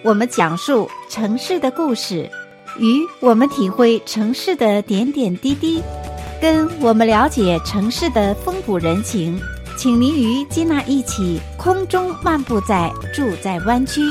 我们讲述城市的故事，与我们体会城市的点点滴滴，跟我们了解城市的风土人情。请您与吉娜一起空中漫步在住在湾区。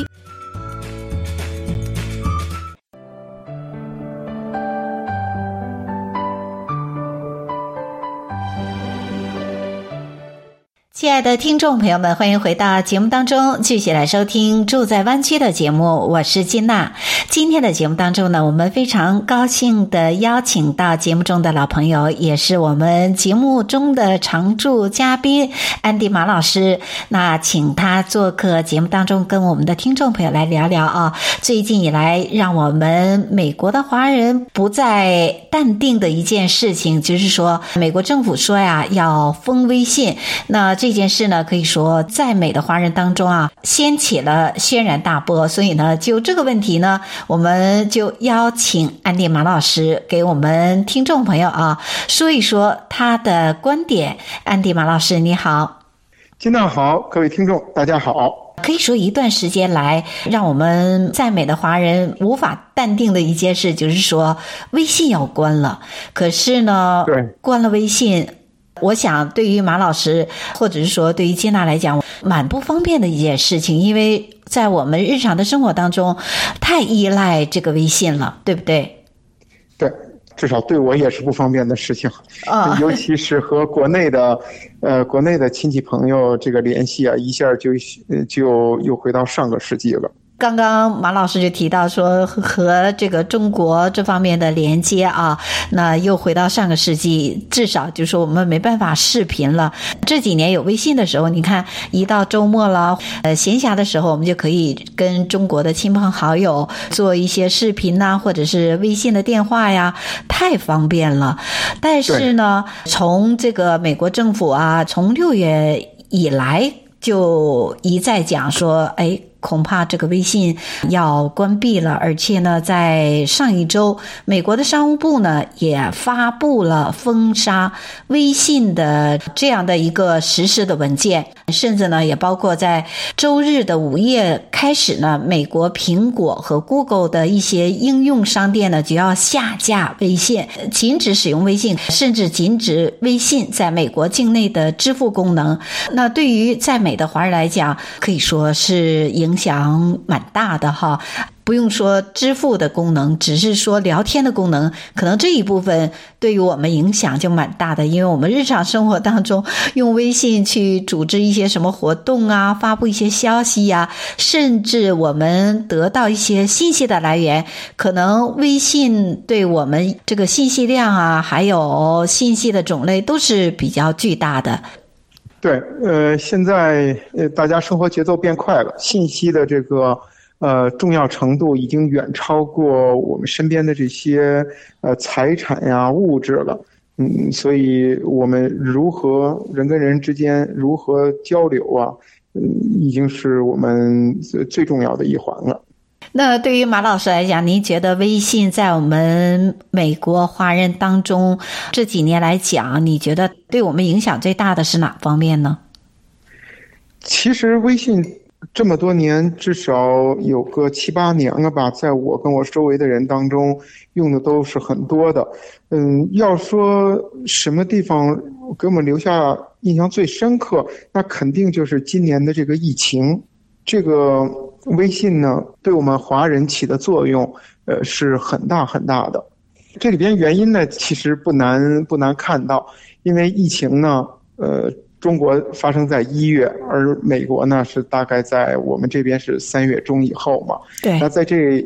亲爱的听众朋友们，欢迎回到节目当中，继续来收听住在湾区的节目，我是金娜。今天的节目当中呢，我们非常高兴的邀请到节目中的老朋友，也是我们节目中的常驻嘉宾安迪马老师。那请他做客节目当中，跟我们的听众朋友来聊聊啊，最近以来让我们美国的华人不再淡定的一件事情，就是说美国政府说呀要封微信。那这件事呢，可以说在美的华人当中啊，掀起了轩然大波。所以呢，就这个问题呢，我们就邀请安迪马老师给我们听众朋友啊说一说他的观点。安迪马老师你好。 金娜好，各位听众大家好。 可以说一段时间来让我们在美的华人无法淡定的一件事，就是说微信要关了。可是呢，关了微信，我想对于马老师或者是说对于接娜来讲蛮不方便的一件事情，因为在我们日常的生活当中太依赖这个微信了，对不对？ 对，至少对我也是不方便的事情尤其是和国内的亲戚朋友这个联系啊，一下就又回到上个世纪了。 刚刚马老师就提到说和这个中国这方面的连接啊，那又回到上个世纪，至少就是说我们没办法视频了。这几年有微信的时候，你看一到周末了，闲暇的时候我们就可以跟中国的亲朋好友做一些视频呐，或者是微信的电话呀，太方便了。但是呢，从这个美国政府啊，从6月以来就一再讲说，恐怕这个微信要关闭了，而且呢，在上一周，美国的商务部呢也发布了封杀微信的这样的一个实施的文件，甚至呢也包括在周日的午夜开始呢，美国苹果和 Google 的一些应用商店呢就要下架微信，禁止使用微信，甚至禁止微信在美国境内的支付功能。那对于在美的华人来讲，可以说是影响蛮大的哈。不用说支付的功能，只是说聊天的功能，可能这一部分对于我们影响就蛮大的，因为我们日常生活当中用微信去组织一些什么活动啊，发布一些消息啊，甚至我们得到一些信息的来源，可能微信对我们这个信息量啊，还有信息的种类都是比较巨大的。 对，现在大家生活节奏变快了，信息的这个重要程度已经远超过我们身边的这些财产呀、物质了。所以我们人跟人之间如何交流啊，已经是我们最重要的一环了。 那对于马老师来讲，您觉得微信在我们美国华人当中这几年来讲，你觉得对我们影响最大的是哪方面呢？ 其实微信这么多年，至少有个7、8年了吧，在我跟我周围的人当中用的都是很多的。要说什么地方给我们留下印象最深刻，那肯定就是今年的这个疫情。这个微信呢，对我们华人起的作用是很大很大的。这里边原因呢，其实不难看到，因为疫情呢，中国发生在1月，而美国呢是大概在我们这边是3月中以后嘛。 对。 那在这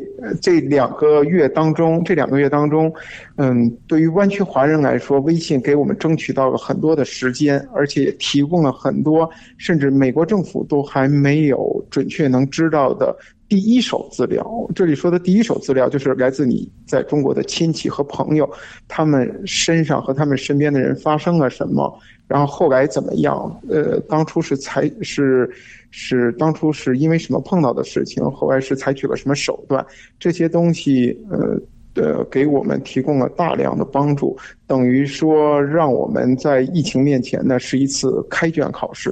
2个月当中，对于湾区华人来说，微信给我们争取到了很多的时间，而且也提供了很多甚至美国政府都还没有准确能知道的第一手资料。这里说的第一手资料就是来自你在中国的亲戚和朋友，他们身上和他们身边的人发生了什么，然后后来怎么样，当初当初是因为什么碰到的事情，后来是采取了什么手段，这些东西给我们提供了大量的帮助，等于说让我们在疫情面前呢是一次开卷考试。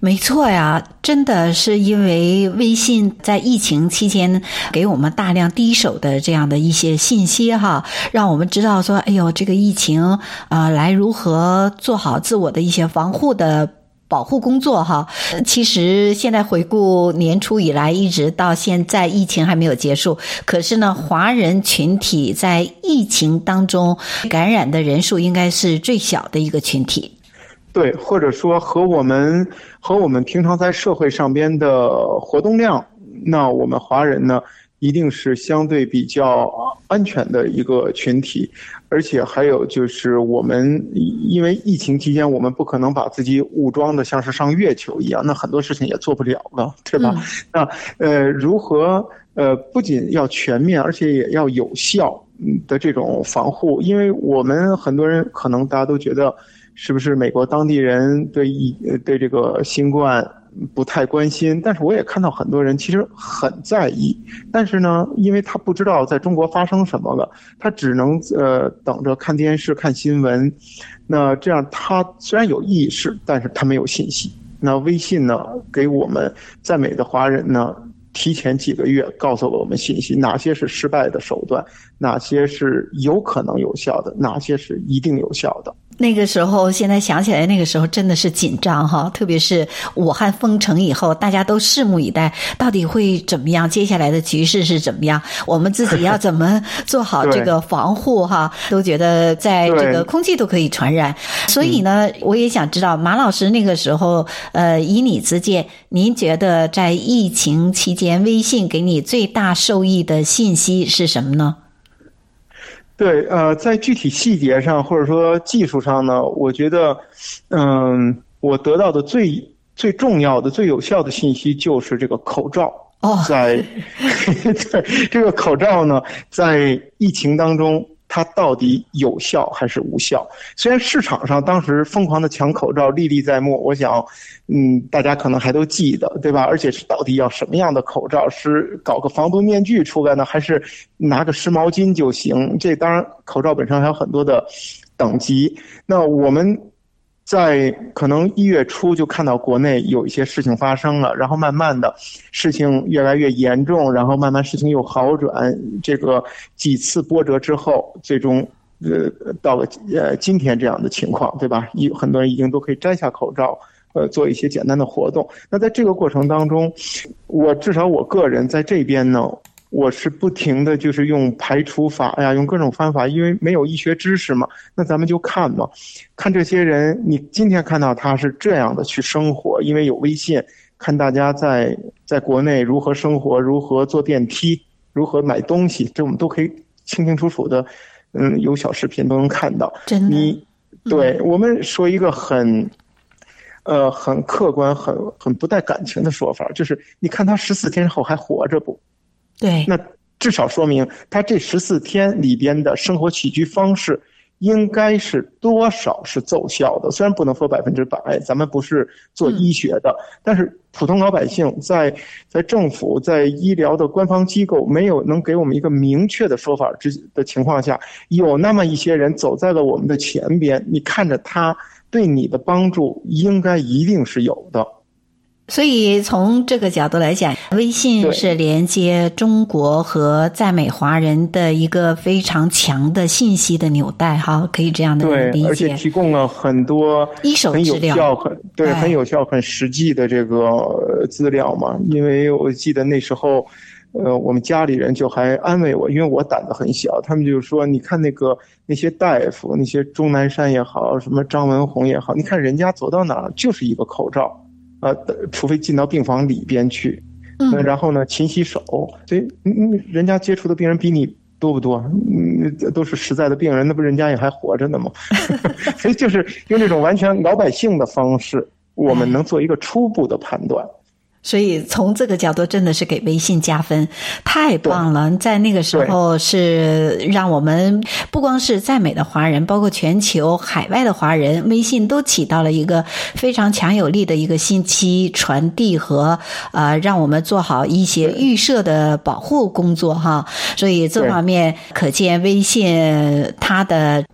没错呀，真的是因为微信在疫情期间给我们大量第一手的这样的一些信息哈，让我们知道说，哎呦，这个疫情来如何做好自我的一些防护的保护工作哈。其实现在回顾年初以来一直到现在，疫情还没有结束，可是呢，华人群体在疫情当中感染的人数应该是最小的一个群体。 对，或者说和我们平常在社会上边的活动量，那我们华人呢，一定是相对比较安全的一个群体。而且还有就是我们因为疫情期间，我们不可能把自己武装的像是上月球一样，那很多事情也做不了了，对吧？那如何不仅要全面，而且也要有效的这种防护，因为我们很多人可能大家都觉得，是不是美国当地人对这个新冠不太关心，但是我也看到很多人其实很在意，但是呢，因为他不知道在中国发生什么了，他只能等着看电视看新闻，那这样他虽然有意识，但是他没有信息。那微信呢，给我们在美的华人呢，提前几个月告诉了我们信息，哪些是失败的手段，哪些是有可能有效的，哪些是一定有效的。 那个时候，现在想起来，那个时候真的是紧张哈，特别是武汉封城以后，大家都拭目以待，到底会怎么样？接下来的局势是怎么样？我们自己要怎么做好这个防护哈？都觉得在这个空气都可以传染，所以呢，我也想知道马老师那个时候，以你之见，您觉得在疫情期间，微信给你最大受益的信息是什么呢？ 对，在具体细节上或者说技术上呢，我觉得，我得到的最重要的、最有效的信息就是这个口罩。在对这个口罩呢，在疫情当中，它到底有效还是无效？虽然市场上当时疯狂的抢口罩历历在目，我想，大家可能还都记得，对吧？而且是到底要什么样的口罩？是搞个防毒面具出来呢，还是拿个湿毛巾就行？这当然，口罩本身还有很多的等级。那我们在可能1月初就看到国内有一些事情发生了，然后慢慢的事情越来越严重，然后慢慢事情又好转，这个几次波折之后，最终到了今天这样的情况，对吧？很多人已经都可以摘下口罩，做一些简单的活动。那在这个过程当中，至少我个人在这边呢，我是不停的就是用排除法呀，用各种方法，因为没有医学知识嘛，那咱们就看嘛，看这些人，你今天看到他是这样的去生活，因为有微信，看大家在国内如何生活，如何坐电梯，如何买东西，这我们都可以清清楚楚的，有小视频都能看到。 真的， 对，我们说一个很客观、很不带感情的说法，就是你看他14天后还活着不？ 对， 那至少说明他这14天里边的生活起居方式应该是多少是奏效的。虽然不能说100%，咱们不是做医学的，但是普通老百姓在政府、在医疗的官方机构没有能给我们一个明确的说法的情况下，有那么一些人走在了我们的前边，你看着他对你的帮助应该一定是有的。 所以从这个角度来讲，微信是连接中国和在美华人的一个非常强的信息的纽带哈，可以这样的理解。 对，而且提供了很多很有效、很有效、很实际的这个资料嘛。因为我记得那时候，我们家里人就还安慰我，因为我胆子很小，他们就说：“你看那些大夫，那些钟南山也好，什么张文宏也好，你看人家走到哪儿就是一个口罩。”除非进到病房里边去，然后呢，勤洗手，所以人家接触的病人比你多不多？都是实在的病人，那不人家也还活着呢吗？所以就是用这种完全老百姓的方式，我们能做一个初步的判断。 所以从这个角度真的是给微信加分，太棒了。在那个时候是让我们不光是在美的华人，包括全球海外的华人，微信都起到了一个非常强有力的一个信息传递和让我们做好一些预设的保护工作哈。所以这方面可见微信它的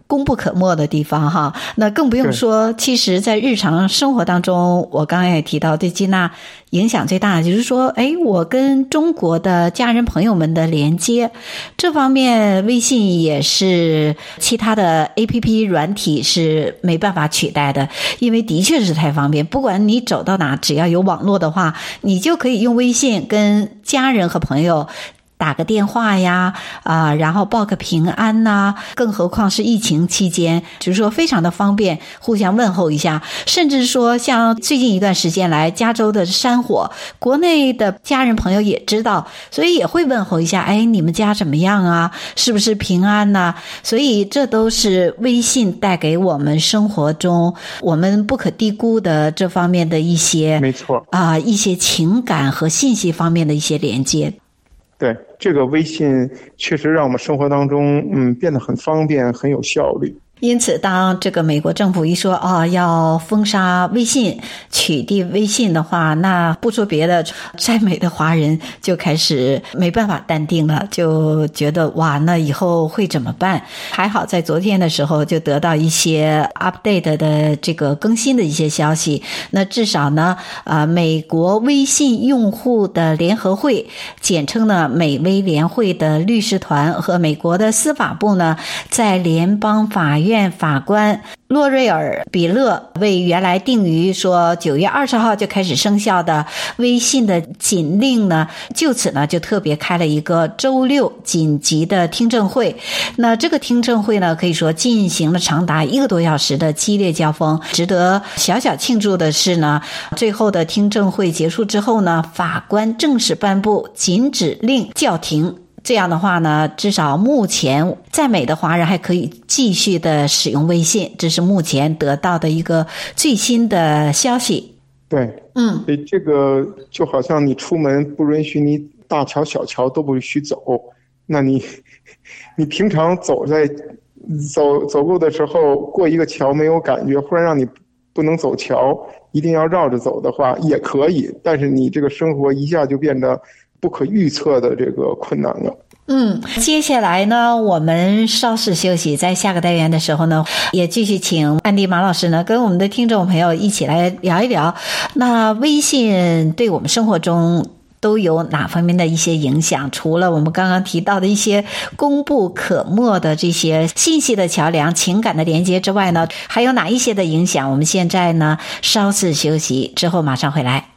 功不可没的地方哈。那更不用说，其实在日常生活当中，我刚刚也提到，对吉娜影响最大的就是说，我跟中国的家人朋友们的连接，这方面微信也是其他的 APP 软体是没办法取代的，因为的确是太方便，不管你走到哪，只要有网络的话，你就可以用微信跟家人和朋友打个电话呀，然后报个平安呐，更何况是疫情期间，就是说非常的方便，互相问候一下。甚至说像最近一段时间来加州的山火，国内的家人朋友也知道，所以也会问候一下，你们家怎么样啊？是不是平安呐？所以这都是微信带给我们生活中我们不可低估的这方面的一些， 没错一些情感和信息方面的一些连接。 对，这个微信确实让我们生活当中变得很方便，很有效率。 因此当这个美国政府一说要封杀微信，取缔微信的话，那不说别的，在美的华人就开始没办法淡定了，就觉得哇，那以后会怎么办？还好在昨天的时候就得到一些 update 的这个更新的一些消息，那至少呢美国微信用户的联合会，简称呢美微联会的律师团和美国的司法部呢，在联邦法院法官洛瑞尔·比勒为原来定于说9月20号就开始生效的微信的禁令呢，就此呢就特别开了一个周六紧急的听证会。那这个听证会呢，可以说进行了长达1个多小时的激烈交锋。值得小小庆祝的是呢，最后的听证会结束之后呢，法官正式颁布禁止令叫停。这样的话呢，至少目前在美的华人还可以继续的使用微信，这是目前得到的一个最新的消息。 对，所以这个就好像你出门不允许你大桥小桥都不许走，那你平常走路的时候过一个桥没有感觉，忽然让你不能走桥，一定要绕着走的话也可以，但是你这个生活一下就变得不可预测的这个困难了。 接下来呢，我们稍事休息，在下个单元的时候呢，也继续请安迪马老师呢，跟我们的听众朋友一起来聊一聊，那微信对我们生活中都有哪方面的一些影响？除了我们刚刚提到的一些功不可没的这些信息的桥梁、情感的连接之外呢，还有哪一些的影响？我们现在呢，稍事休息之后马上回来。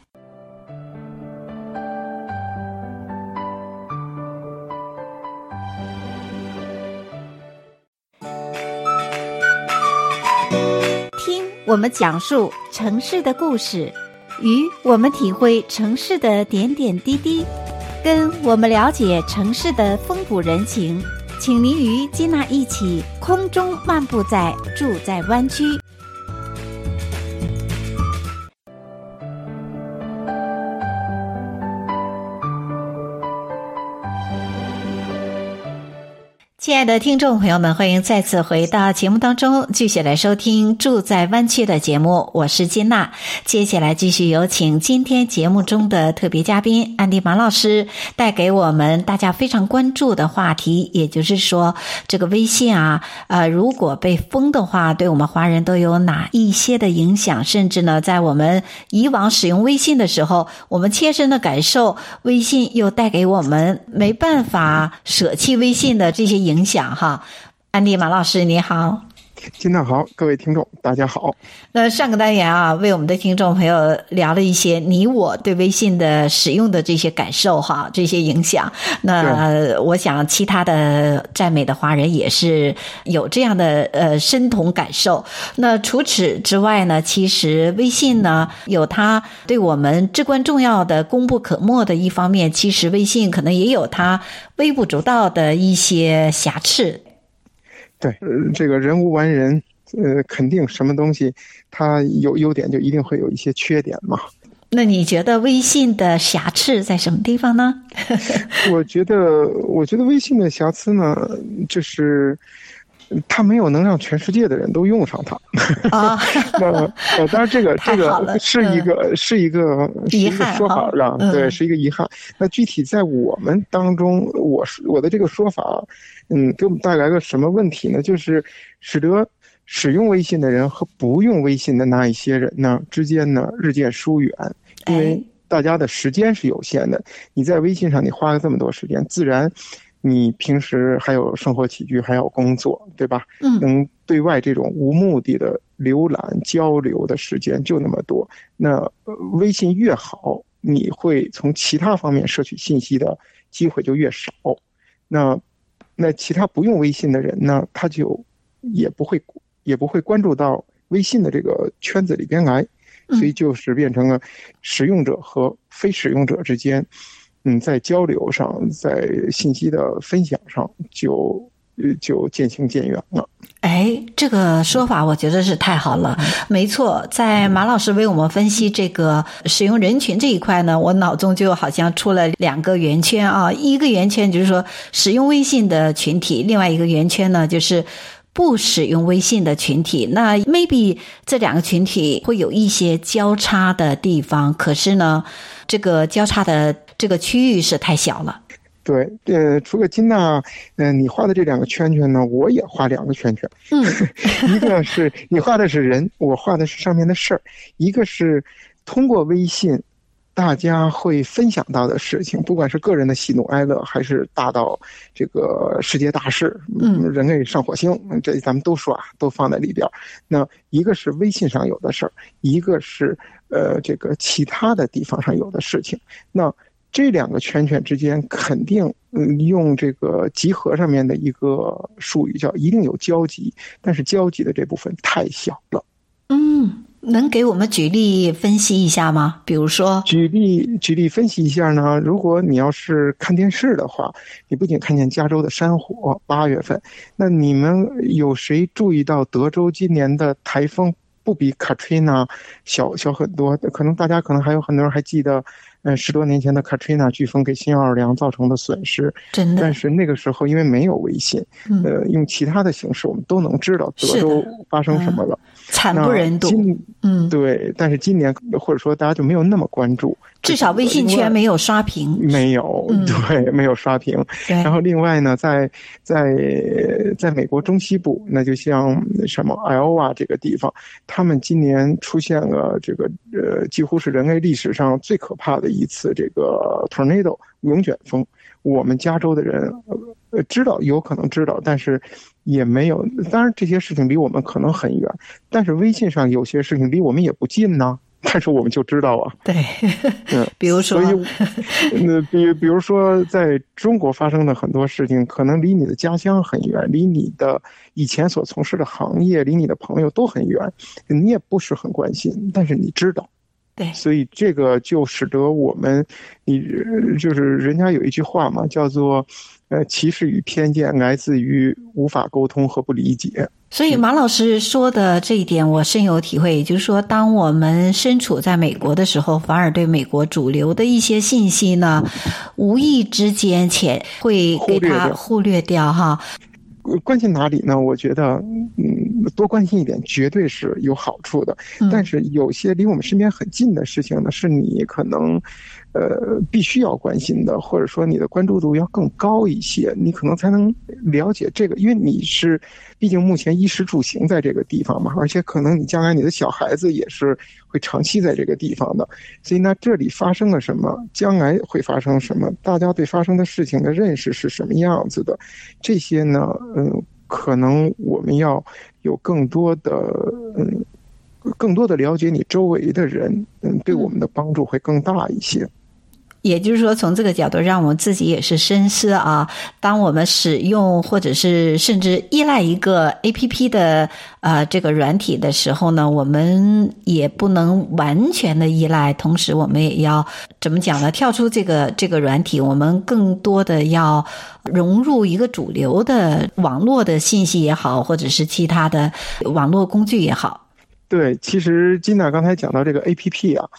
我们讲述城市的故事，与我们体会城市的点点滴滴，跟我们了解城市的风土人情，请您与吉娜一起空中漫步在住在湾区。亲爱的听众朋友们，欢迎再次回到节目当中，继续来收听住在湾区的节目，我是金娜。接下来继续有请今天节目中的特别嘉宾安迪马老师，带给我们大家非常关注的话题，也就是说这个微信如果被封的话，对我们华人都有哪一些的影响，甚至呢在我们以往使用微信的时候，我们切身的感受微信又带给我们没办法舍弃微信的这些影响哈。安迪马老师你好。 金娜好，各位听众大家好。 那上个单元为我们的听众朋友聊了一些你我对微信的使用的这些感受这些影响。那我想其他的在美的华人也是有这样的深同感受。那除此之外呢，其实微信呢有它对我们至关重要的功不可没的一方面，其实微信可能也有它微不足道的一些瑕疵。 对，这个人无完人，肯定什么东西它有优点就一定会有一些缺点嘛。 那你觉得微信的瑕疵在什么地方呢？我觉得微信的瑕疵呢，就是它没有能让全世界的人都用上它啊。 那当然这个是一个说法上，对，是一个遗憾。那具体在我们当中，我的这个说法，给我们带来个什么问题呢？就是使得使用微信的人和不用微信的那一些人呢之间呢日渐疏远，因为大家的时间是有限的。你在微信上你花了这么多时间，自然你平时还有生活起居，还有工作，对吧？能对外这种无目的的浏览交流的时间就那么多。那微信越好，你会从其他方面摄取信息的机会就越少。那其他不用微信的人呢，他就也不会关注到微信的这个圈子里边来，所以就是变成了使用者和非使用者之间，在交流上，在信息的分享上就渐行渐远了。 这个说法我觉得是太好了。没错，在马老师为我们分析这个使用人群这一块呢，我脑中就好像出了2个圆圈啊。一个圆圈就是说使用微信的群体，另外一个圆圈呢就是不使用微信的群体。那 maybe 这2个群体会有一些交叉的地方，可是呢这个交叉的这个区域是太小了。 对，除了金娜，你画的这2个圈圈呢，我也画2个圈圈。一个是你画的是人，我画的是上面的事儿。一个是通过微信，大家会分享到的事情，不管是个人的喜怒哀乐，还是大到这个世界大事，人类上火星，这咱们都说啊，都放在里边。那一个是微信上有的事儿，一个是这个其他的地方上有的事情。那这2个圈圈之间肯定，用这个集合上面的一个术语叫一定有交集，但是交集的这部分太小了。 能给我们举例分析一下吗？比如说举例分析一下呢，如果你要是看电视的话，你不仅看见加州的山火8月份，那你们有谁注意到德州今年的台风不比 Katrina 小很多？可能大家还有很多人还记得10多年前的 Katrina 飓风给新奥尔良造成的损失， 真的。 但是那个时候因为没有微信，用其他的形式我们都能知道德州发生什么了， 惨不忍睹。 对，但是今年或者说大家就没有那么关注， 至少微信圈没有刷屏， 没有，对，没有刷屏。然后另外呢，在美国中西部，那就像什么 Iowa 这个地方，他们今年出现了这个几乎是人类历史上最可怕的一次这个 tornado 龙卷风。我们加州的人知道，有可能知道，但是也没有。当然这些事情离我们可能很远，但是微信上有些事情离我们也不近呢，但是我们就知道啊。 对，比如说， 所以比如说在中国发生的很多事情，可能离你的家乡很远，离你的以前所从事的行业，离你的朋友都很远，你也不是很关心，但是你知道。 对， 所以这个就使得我们，就是人家有一句话嘛，叫做歧视与偏见来自于无法沟通和不理解。 所以马老师说的这一点我深有体会，也就是说当我们身处在美国的时候，反而对美国主流的一些信息呢无意之间且会给它忽略掉哈。 关心哪里呢？我觉得多关心一点绝对是有好处的，但是有些离我们身边很近的事情呢，是你可能必须要关心的，或者说你的关注度要更高一些，你可能才能了解这个，因为你是毕竟目前衣食住行在这个地方嘛，而且可能你将来你的小孩子也是会长期在这个地方的，所以呢这里发生了什么，将来会发生什么，大家对发生的事情的认识是什么样子的，这些呢可能我们要有更多的了解你周围的人，对我们的帮助会更大一些。 也就是说从这个角度让我们自己也是深思啊，当我们使用或者是甚至依赖一个 APP 的这个软体的时候呢，我们也不能完全的依赖，同时我们也要怎么讲呢，跳出这个软体，我们更多的要融入一个主流的网络的信息也好，或者是其他的网络工具也好。 对，其实金娜刚才讲到这个 APP 啊，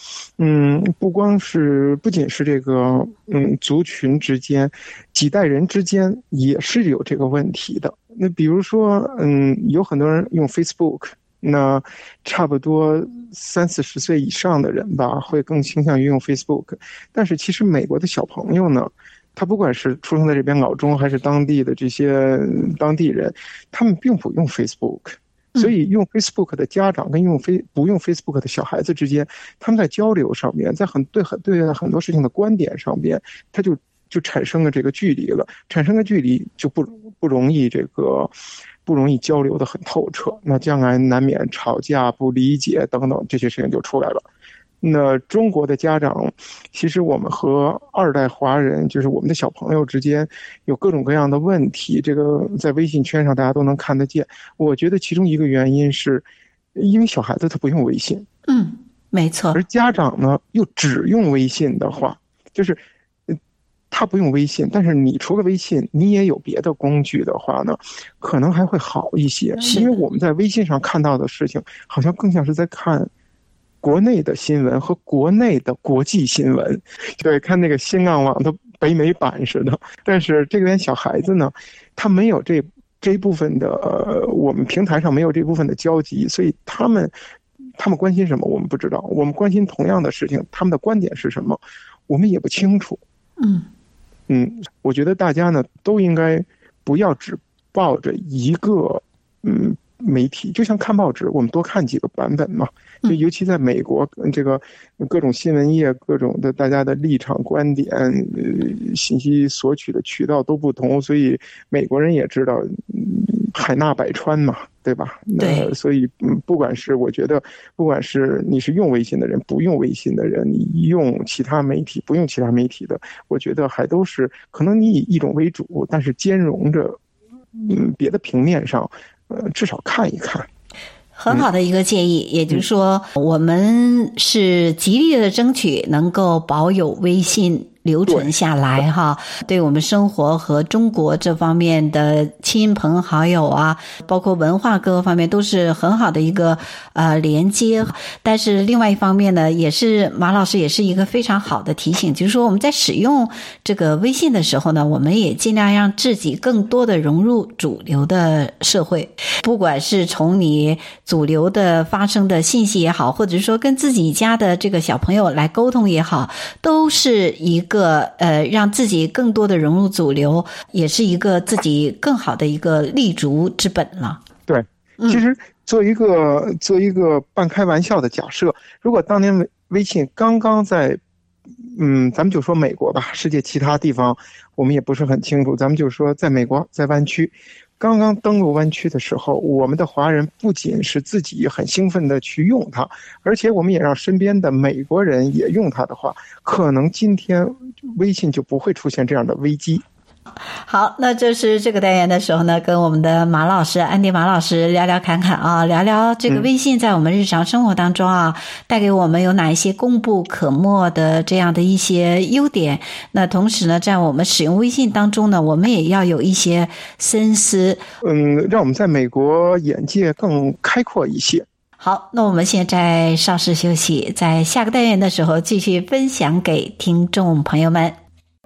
不仅是这个族群之间、几代人之间也是有这个问题的。那比如说，有很多人用 Facebook， 那差不多30-40岁以上的人吧，会更倾向于用 Facebook。但是其实美国的小朋友呢，他不管是出生在这边老中，还是当地的这些当地人，他们并不用 Facebook。所以用 Facebook 的家长跟不用 Facebook 的小孩子之间，他们在交流上面，在对很多事情的观点上面，他就产生了这个距离了，产生了距离就不容易交流的很透彻，那将来难免吵架、不理解等等这些事情就出来了。那中国的家长，其实我们和2代华人，就是我们的小朋友之间有各种各样的问题，这个在微信圈上大家都能看得见。我觉得其中一个原因是因为小孩子他不用微信， 没错， 而家长呢又只用微信的话，就是他不用微信，但是你除了微信你也有别的工具的话呢，可能还会好一些。因为我们在微信上看到的事情好像更像是在看国内的新闻和国内的国际新闻，对，看那个新浪网的北美版似的。但是这边小孩子呢，他没有这一部分的我们平台上没有这部分的交集，所以他们关心什么我们不知道，我们关心同样的事情，他们的观点是什么我们也不清楚。我觉得大家呢都应该不要只抱着一个媒体，就像看报纸，我们多看几个版本嘛。就尤其在美国，这个各种新闻业、各种的大家的立场、观点、信息索取的渠道都不同，所以美国人也知道海纳百川嘛，对吧？ 对。 所以我觉得，不管是你是用微信的人，不用微信的人，你用其他媒体，不用其他媒体的，我觉得还都是可能你以一种为主，但是兼容着别的平面上。至少看一看， 很好的一个建议。也就是说，我们是极力的争取能够保有微信留存下来哈，对我们生活和中国这方面的亲朋好友啊，包括文化各个方面都是很好的一个连接。但是另外一方面呢，也是马老师也是一个非常好的提醒，就是说我们在使用这个微信的时候呢，我们也尽量让自己更多的融入主流的社会，不管是从你主流的发生的信息也好，或者说跟自己家的这个小朋友来沟通也好，都是一个让自己更多的融入主流，也是一个自己更好的一个立足之本了。 对，其实做一个半开玩笑的假设，如果当年微信刚刚在咱们就说美国吧，世界其他地方我们也不是很清楚，咱们就说在美国，在湾区刚刚登陆湾区的时候，我们的华人不仅是自己很兴奋的去用它，而且我们也让身边的美国人也用它的话，可能今天微信就不会出现这样的危机。 好，那就是这个单元的时候呢，跟我们的马老师安迪马老师聊聊看看啊，聊聊这个微信在我们日常生活当中啊，带给我们有哪一些功不可没的这样的一些优点。那同时呢，在我们使用微信当中呢，我们也要有一些深思， 让我们在美国眼界更开阔一些。 好，那我们现在稍事休息，在下个单元的时候继续分享给听众朋友们。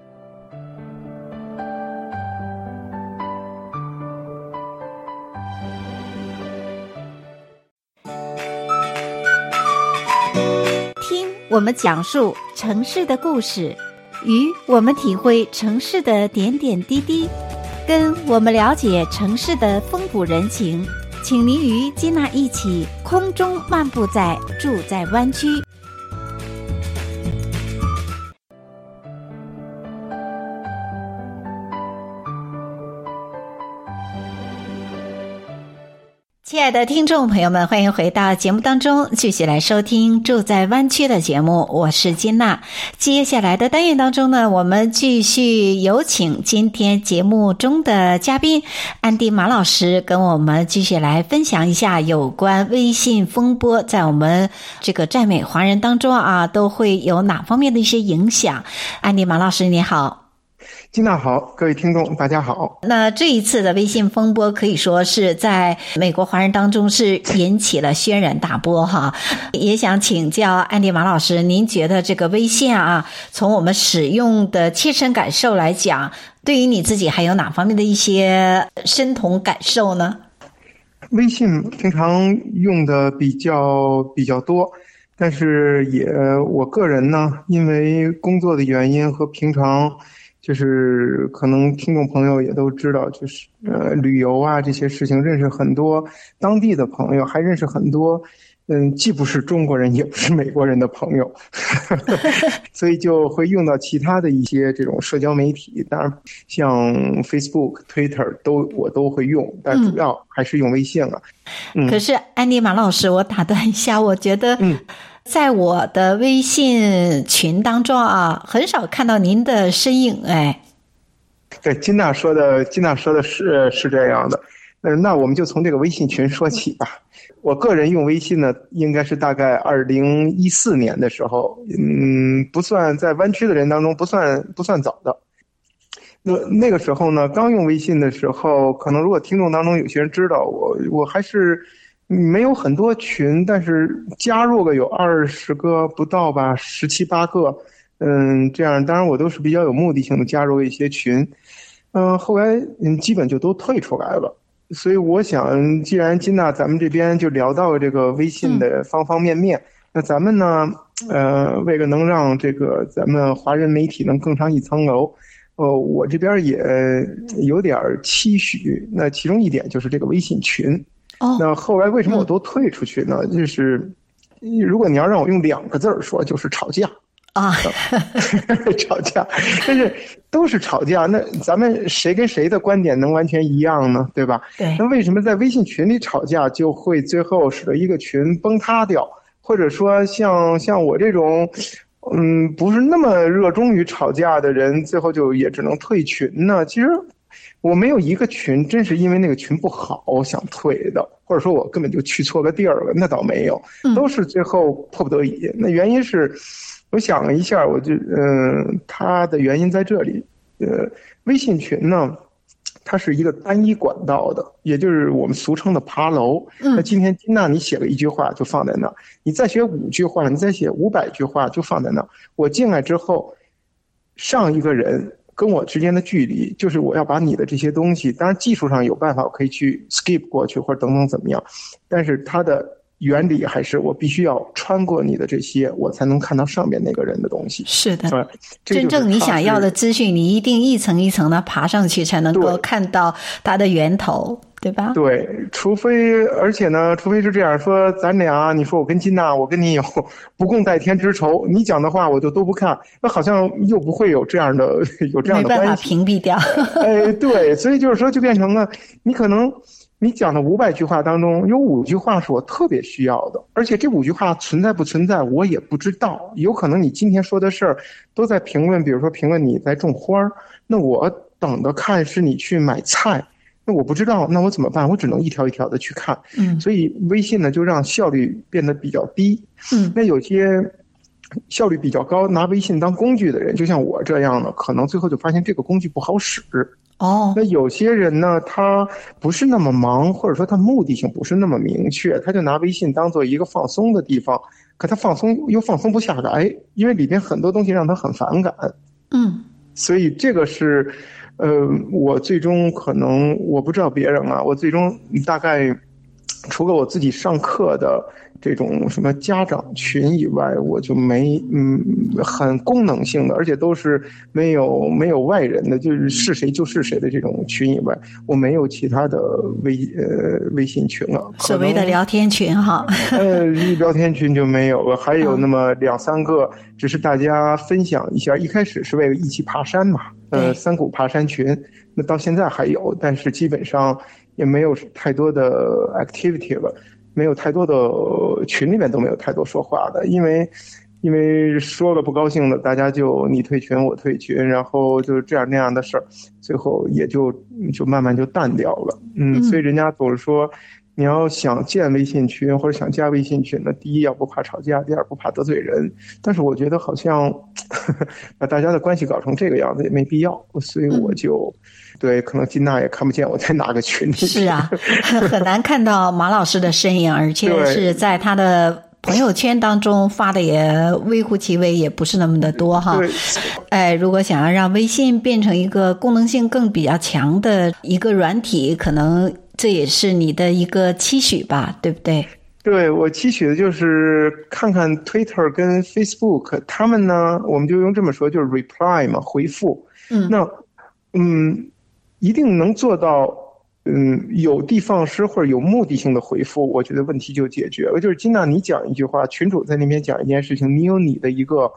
我们讲述城市的故事，与我们体会城市的点点滴滴，跟我们了解城市的风土人情，请您与金娜一起空中漫步在住在湾区。亲爱的听众朋友们，欢迎回到节目当中，继续来收听住在湾区的节目，我是金娜。接下来的单元当中呢，我们继续有请今天节目中的嘉宾安迪马老师跟我们继续来分享一下有关微信风波在我们这个在美华人当中啊，都会有哪方面的一些影响。安迪马老师你好。 金娜好，各位听众大家好。 那这一次的微信风波可以说是在美国华人当中是引起了轩然大波哈。也想请教安迪马老师，您觉得这个微信啊，从我们使用的切身感受来讲，对于你自己还有哪方面的一些身同感受呢？ 微信平常用的比较多，但是我个人呢，因为工作的原因和平常就是可能听众朋友也都知道，就是旅游啊这些事情，认识很多当地的朋友，还认识很多既不是中国人也不是美国人的朋友所以就会用到其他的一些这种社交媒体，当然像 Facebook、Twitter 我都会用，但主要还是用微信了。 可是安迪马老师，我打断一下，我觉得在我的微信群当中啊，很少看到您的身影。 对，金娜说的是这样的。那我们就从这个微信群说起吧。我个人用微信呢，应该是大概2014年的时候，不算在湾区的人当中不算早的。那个时候呢，刚用微信的时候，可能如果听众当中有些人知道我还是没有很多群，但是加入个有20个不到吧，17、18个，这样。当然我都是比较有目的性的加入一些群，后来基本就都退出来了。所以我想，既然金娜咱们这边就聊到这个微信的方方面面，那咱们呢，为了能让这个咱们华人媒体能更上一层楼，我这边也有点期许。那其中一点就是这个微信群。那后来为什么我都退出去呢？就是如果你要让我用2个字说，就是吵架。吵架，但是都是吵架，那咱们谁跟谁的观点能完全一样呢？对吧？ 对。 那为什么在微信群里吵架就会最后使得一个群崩塌掉，或者说像我这种不是那么热衷于吵架的人，最后就也只能退群呢？其实我没有一个群真是因为那个群不好想退的，或者说我根本就去错个地儿了，那倒没有，都是最后迫不得已。那原因是我想了一下，它的原因在这里。微信群呢，它是一个单一管道的，也就是我们俗称的爬楼。那今天金娜你写了1句话就放在那，你再写5句话，你再写500句话就放在那。我进来之后，上一个人跟我之间的距离，就是我要把你的这些东西，当然技术上有办法我可以去 skip 过去或者等等怎么样，但是它的原理还是我必须要穿过你的这些，我才能看到上面那个人的东西。 是的，真正你想要的资讯，你一定一层一层的爬上去，才能够看到它的源头，对吧？ 对，而且是这样说，咱俩，你说我跟金娜，我跟你有不共戴天之仇，你讲的话我就都不看，那好像又不会有这样的关系， 没办法屏蔽掉。 对，所以就是说，就变成了你可能你讲的500句话当中，有5句话是我特别需要的，而且这5句话存在不存在我也不知道。有可能你今天说的事儿都在评论，比如说评论你在种花，那我等着看是你去买菜，那我不知道，那我怎么办？我只能一条一条的去看。所以微信呢就让效率变得比较低。那有些效率比较高，拿微信当工具的人，就像我这样的，可能最后就发现这个工具不好使。那有些人呢，他不是那么忙，或者说他目的性不是那么明确，他就拿微信当做一个放松的地方，可他放松又放松不下来，因为里边很多东西让他很反感。所以这个是我最终可能我不知道别人啊，我最终大概除了我自己上课的这种什么家长群以外，我就没很功能性的，而且都是没有外人的，就是谁就是谁的这种群以外，我没有其他的微信群了。 所谓的聊天群哈。 聊天群就没有了，还有那么2、3个，只是大家分享一下。一开始是为了一起爬山嘛，山谷爬山群，那到现在还有，但是基本上也没有太多的 activity 了。没有太多的群里面都没有太多说话的，因为说了不高兴的，大家就你退群我退群，然后就这样那样的事儿，最后也就慢慢就淡掉了。所以人家总是说， 你要想建微信群或者想加微信群呢，第一要不怕吵架，第二不怕得罪人。但是我觉得好像把大家的关系搞成这个样子也没必要，所以我就对，可能金娜也看不见我在哪个群里。 是啊，很难看到马老师的身影，而且是在他的朋友圈当中发的也微乎其微，也不是那么的多哈。如果想要让微信变成一个功能性更比较强的一个软体，可能这也是你的一个期许吧，对不对？ 对，我期许的就是看看 Twitter 跟 Facebook 他们呢，我们就用这么说，就是 reply 嘛，回复。一定能做到有的放矢或者有目的性的回复，我觉得问题就解决了。就是金娜你讲一句话，群主在那边讲一件事情，你有你的一个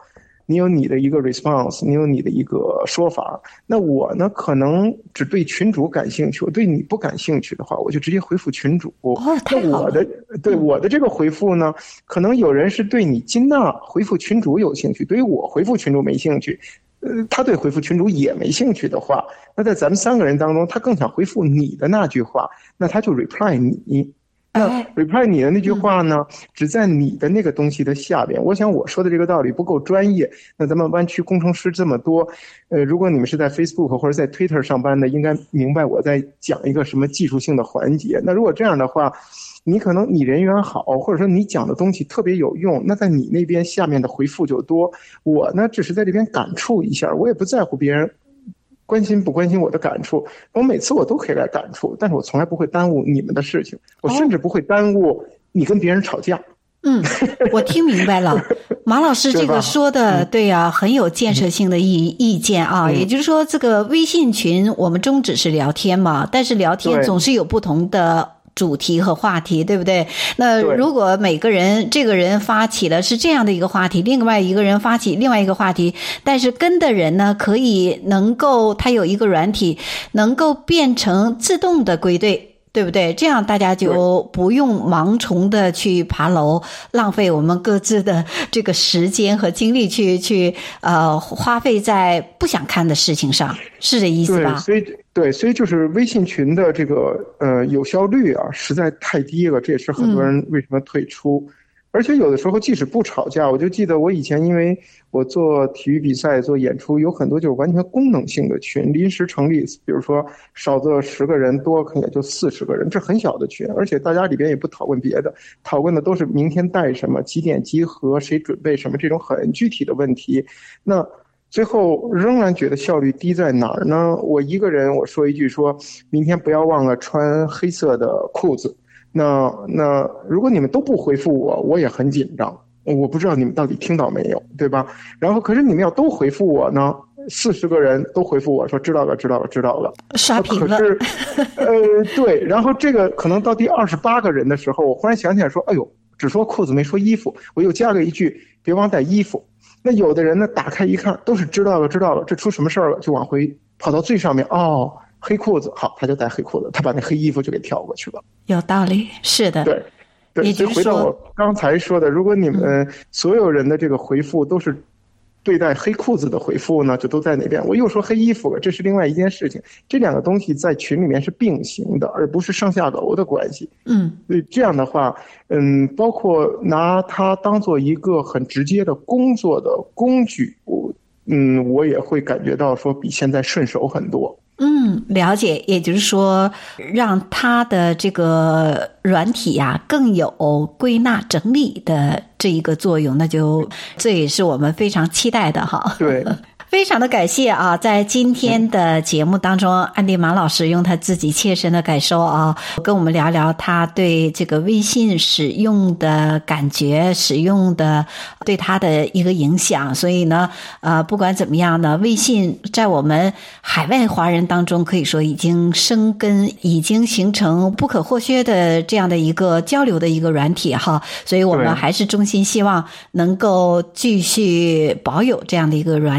response， 你有你的一个说法。那我呢，可能只对群主感兴趣，我对你不感兴趣的话，我就直接回复群主。 太好了。 我的这个回复呢，可能有人是对你金娜回复群主有兴趣，对于我回复群主没兴趣。他对回复群主也没兴趣的话，那在咱们3个人当中，他更想回复你的那句话，那他就 reply 你。那 reply 你的那句话呢，只在你的那个东西的下边。我想我说的这个道理不够专业，那咱们湾区工程师这么多，如果你们是在 Facebook 或者在 Twitter 上班的，应该明白我在讲一个什么技术性的环节。那如果这样的话，你可能你人缘好，或者说你讲的东西特别有用，那在你那边下面的回复就多。我呢，只是在这边感触一下，我也不在乎别人关心不关心我的感触，我每次我都可以来感触，但是我从来不会耽误你们的事情，我甚至不会耽误你跟别人吵架。 我听明白了，马老师这个说的对啊，很有建设性的意见啊。也就是说，这个微信群我们宗旨是聊天嘛，但是聊天总是有不同的主题和话题，对不对？那如果每个人这个人发起了是这样的一个话题，另外一个人发起另外一个话题，但是跟的人呢，可以能够他有一个软体能够变成自动的归队，对不对？这样大家就不用盲从的去爬楼，浪费我们各自的这个时间和精力去花费在不想看的事情上，是这意思吧？ 所以就是微信群的这个有效率啊，实在太低了，这也是很多人为什么退出。而且有的时候即使不吵架，我就记得我以前因为我做体育比赛做演出，有很多就是完全功能性的群临时成立，比如说少则10个人，多可能也就40个人，这很小的群，而且大家里边也不讨论别的，讨论的都是明天带什么，几点集合，谁准备什么，这种很具体的问题。那最后仍然觉得效率低在哪儿呢？我一个人我说一句，说明天不要忘了穿黑色的裤子。那如果你们都不回复我，我也很紧张，我不知道你们到底听到没有，对吧？然后可是你们要都回复我呢，40个人都回复我说知道了， 刷屏了。 可是对，然后这个可能到第28个人的时候，我忽然想起来说，哎呦，只说裤子没说衣服，我又加了一句别忘带衣服。那有的人呢，打开一看都是知道了，这出什么事儿了，就往回跑到最上面，黑裤子，好，他就带黑裤子，他把那黑衣服就给跳过去了。 有道理，是的。 对，所以回到我刚才说的，如果你们所有人的这个回复都是对待黑裤子的回复呢，就都在哪边？我又说黑衣服了，这是另外一件事情。这2个东西在群里面是并行的，而不是上下楼的关系。所以这样的话，包括拿它当做一个很直接的工作的工具，我也会感觉到说比现在顺手很多。 了解，也就是说让它的这个软体更有归纳整理的这一个作用，这也是我们非常期待的哈。 对。 非常的感谢啊，在今天的节目当中，安迪马老师用他自己切身的感受啊，跟我们聊聊他对这个微信使用的感觉，使用的对他的一个影响。所以呢，不管怎么样呢，微信在我们海外华人当中可以说已经生根，已经形成不可或缺的这样的一个交流的一个软体哈。所以我们还是衷心希望能够继续保有这样的一个软体。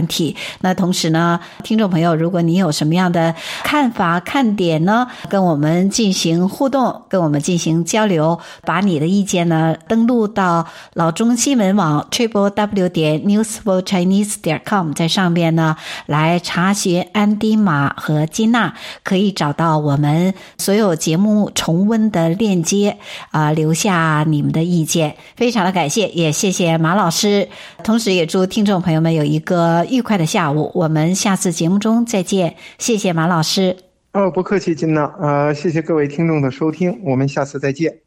那同时呢，听众朋友，如果你有什么样的看法看点呢，跟我们进行互动，跟我们进行交流，把你的意见呢登录到老中新闻网 www.newsforchinese.com， 在上面呢来查询安迪玛和金娜，可以找到我们所有节目重温的链接留下你们的意见。非常的感谢，也谢谢马老师，同时也祝听众朋友们有一个愉快的下午，我们下次节目中再见，谢谢马老师。 不客气，金娜，谢谢各位听众的收听，我们下次再见。